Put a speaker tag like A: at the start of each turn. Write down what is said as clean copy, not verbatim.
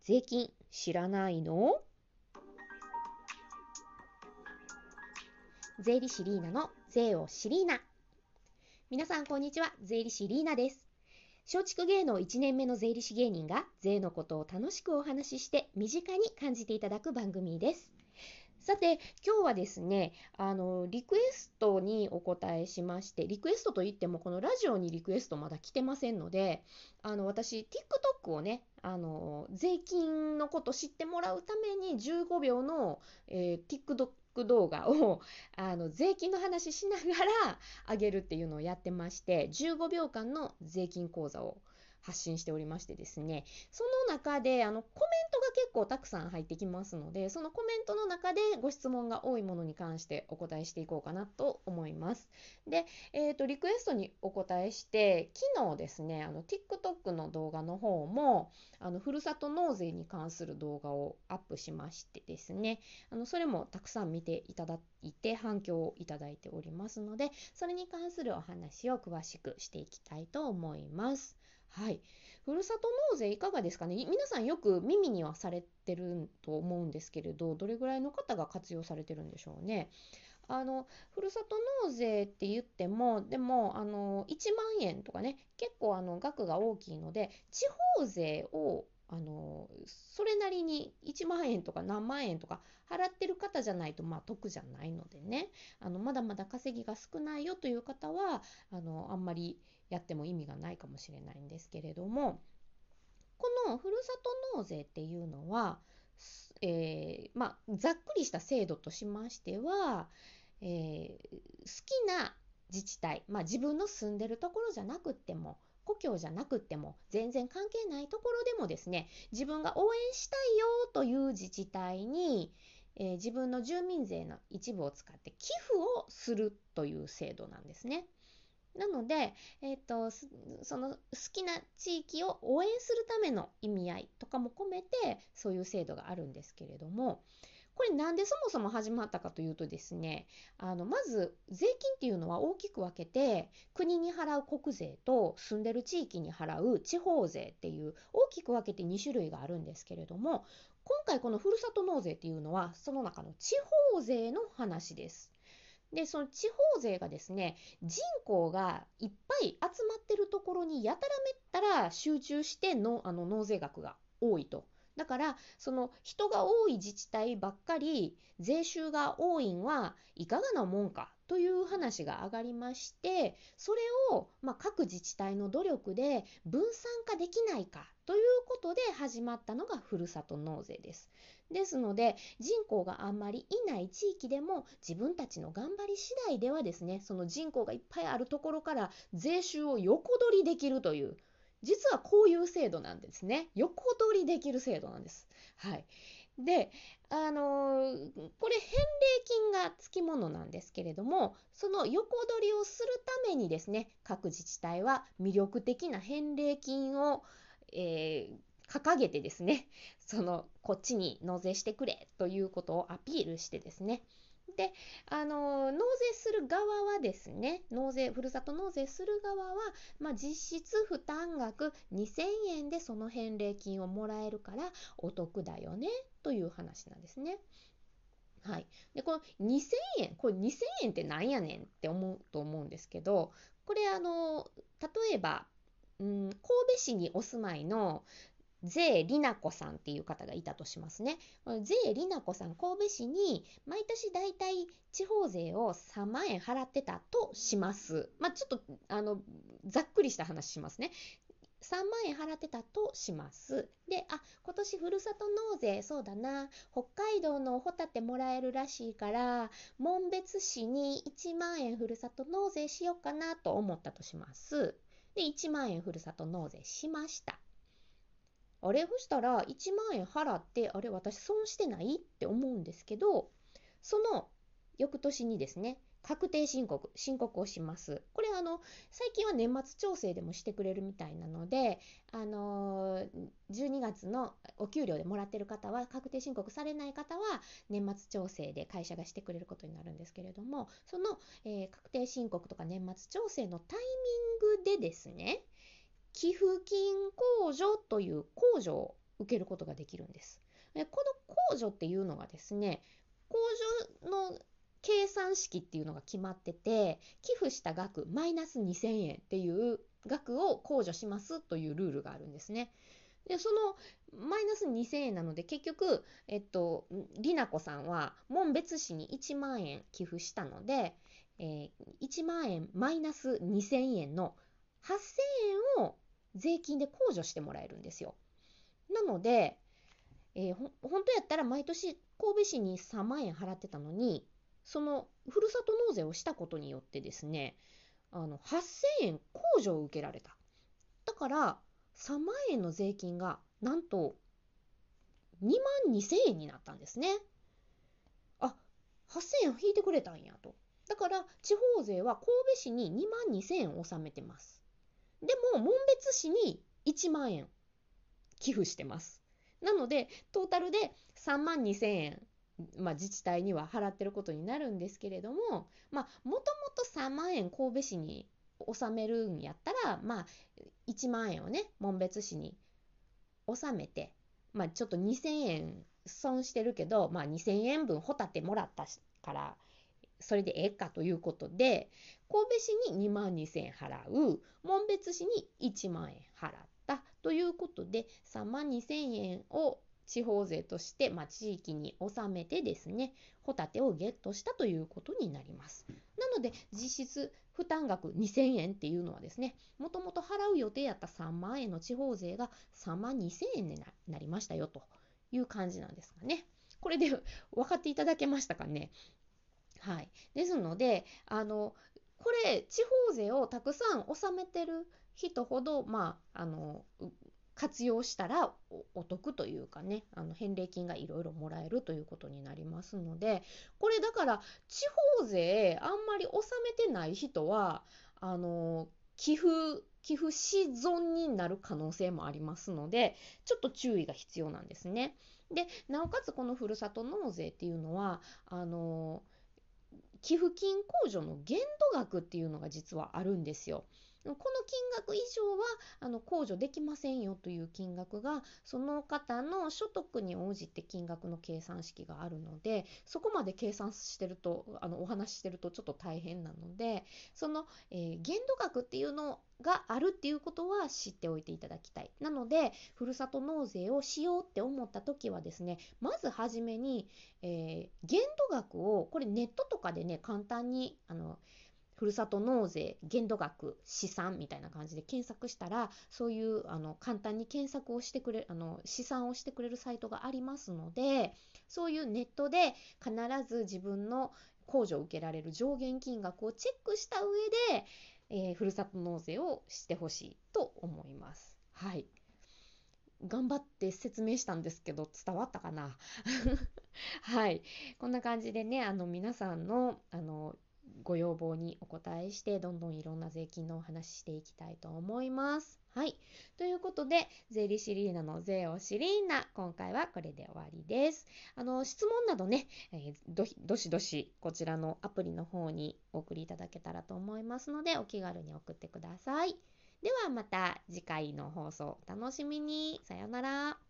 A: 税金知らないの？税理士リーナの税を知りーな。皆さんこんにちは、税理士リーナです。松竹芸能1年目の税理士芸人が税のことを楽しくお話しして身近に感じていただく番組です。さて今日はですね、リクエストにお答えしまして、リクエストといってもこのラジオにリクエストまだ来てませんので、私 TikTok をね、税金のこと知ってもらうために15秒の、TikTok 動画を税金の話しながら上げるっていうのをやってまして、15秒間の税金講座を発信しておりましてですね、その中でコメントが結構たくさん入ってきますので、そのコメントの中でご質問が多いものに関してお答えしていこうかなと思います。で、リクエストにお答えして、昨日ですね、TikTok の動画の方もふるさと納税に関する動画をアップしましてですね、それもたくさん見ていただいて反響をいただいておりますので、それに関するお話を詳しくしていきたいと思います。はい。ふるさと納税いかがですかね。皆さんよく耳にはされてると思うんですけれど、どれぐらいの方が活用されてるんでしょうね。ふるさと納税って言っても、でも、1万円とかね、結構額が大きいので、地方税をそれなりに1万円とか何万円とか払ってる方じゃないと得じゃないのでね、まだまだ稼ぎが少ないよという方はあんまりやっても意味がないかもしれないんですけれども、このふるさと納税っていうのは、ざっくりした制度としましては、好きな自治体、自分の住んでるところじゃなくっても、故郷じゃなくっても、全然関係ないところでもですね、自分が応援したいよという自治体に、自分の住民税の一部を使って寄付をするという制度なんですね。なので、その好きな地域を応援するための意味合いとかも込めて、そういう制度があるんですけれども、これなんでそもそも始まったかというとですね、まず税金っていうのは大きく分けて、国に払う国税と住んでる地域に払う地方税っていう大きく分けて2種類があるんですけれども、今回このふるさと納税っていうのはその中の地方税の話です。で、その地方税がですね、人口がいっぱい集まってるところにやたらめったら集中しての納税額が多いと。だからその人が多い自治体ばっかり税収が多いんはいかがなもんかという話が上がりまして、それを各自治体の努力で分散化できないかということで始まったのがふるさと納税です。ですので、人口があんまりいない地域でも自分たちの頑張り次第ではですね、その人口がいっぱいあるところから税収を横取りできるという、実はこういう制度なんですね。横取りできる制度なんです。はい。で、これ返礼金がつきものなんですけれども、その横取りをするためにですね、各自治体は魅力的な返礼金を、掲げてですね、こっちに納税してくれということをアピールしてですね、で、納税する側はですね、ふるさと納税する側は、実質負担額2000円でその返礼金をもらえるからお得だよねという話なんですね。はい。で、この2000円、これ2000円ってなんやねんって思うと思うんですけど、これ例えば、神戸市にお住まいの税りなこさんっていう方がいたとしますね。税りなこさん、神戸市に毎年だいたい地方税を3万円払ってたとします。ちょっとざっくりした話しますね。3万円払ってたとします。で、今年ふるさと納税、そうだな、北海道のホタテもらえるらしいから、紋別市に1万円ふるさと納税しようかなと思ったとします。で、1万円ふるさと納税しました。あれ、そしたら1万円払って、あれ、私損してないって思うんですけど、その翌年にですね、確定申告をします。これ最近は年末調整でもしてくれるみたいなので、12月のお給料でもらってる方は、確定申告されない方は、年末調整で会社がしてくれることになるんですけれども、その、確定申告とか年末調整のタイミングでですね、寄付金控除という控除受けることができるんです。この控除っていうのがですね、控除の計算式っていうのが決まってて、寄付した額マイナス2000円っていう額を控除しますというルールがあるんですね。で、そのマイナス2000円なので、結局、りなこさんは紋別市に1万円寄付したので、1万円マイナス2000円の8000円を税金で控除してもらえるんですよ。なので、本当やったら毎年神戸市に3万円払ってたのに、そのふるさと納税をしたことによってですね、8000円控除を受けられた。だから3万円の税金がなんと2万2000円になったんですね。あ、8000円引いてくれたんやと。だから地方税は神戸市に2万2000円納めてます。でも紋別市に1万円寄付してます。なのでトータルで3万2000円、自治体には払ってることになるんですけれども、もともと3万円神戸市に納めるんやったら、1万円をね紋別市に納めて、ちょっと2000円損してるけど、2000円分ホタテもらったからそれでええかということで、神戸市に2万2000円払う、紋別市に1万円払ったということで、3万2000円を地方税として、地域に納めてですね、ホタテをゲットしたということになります。なので、実質負担額2000円っていうのはですね、もともと払う予定やった3万円の地方税が3万2000円になりましたよという感じなんですかね。これで分かっていただけましたかね。はい。ですので、これ、地方税をたくさん納めてる人ほど、活用したらお得というかね、返礼金がいろいろもらえるということになりますので、これだから、地方税あんまり納めてない人は、あの、寄付し損になる可能性もありますので、ちょっと注意が必要なんですね。で、なおかつこのふるさと納税っていうのは、寄付金控除の限度額っていうのが実はあるんですよ。この金額以上は控除できませんよという金額がその方の所得に応じて金額の計算式があるので、そこまで計算してるとお話ししてるとちょっと大変なので、その、限度額っていうのがあるっていうことは知っておいていただきたい。なのでふるさと納税をしようって思った時はですね、まずはじめに、限度額をこれネットとかでね簡単にふるさと納税限度額試算みたいな感じで検索したら、そういう簡単に検索をしてくれる試算をしてくれるサイトがありますので、そういうネットで必ず自分の控除を受けられる上限金額をチェックした上で、ふるさと納税をしてほしいと思います。はい。頑張って説明したんですけど伝わったかな。はい。こんな感じでね、皆さんの、ご要望にお答えして、どんどんいろんな税金のお話ししていきたいと思います。はい。ということで、税理士リーナの税をシリーナ、今回はこれで終わりです。質問などね、どしどしこちらのアプリの方にお送りいただけたらと思いますので、お気軽に送ってください。ではまた次回の放送お楽しみに。さようなら。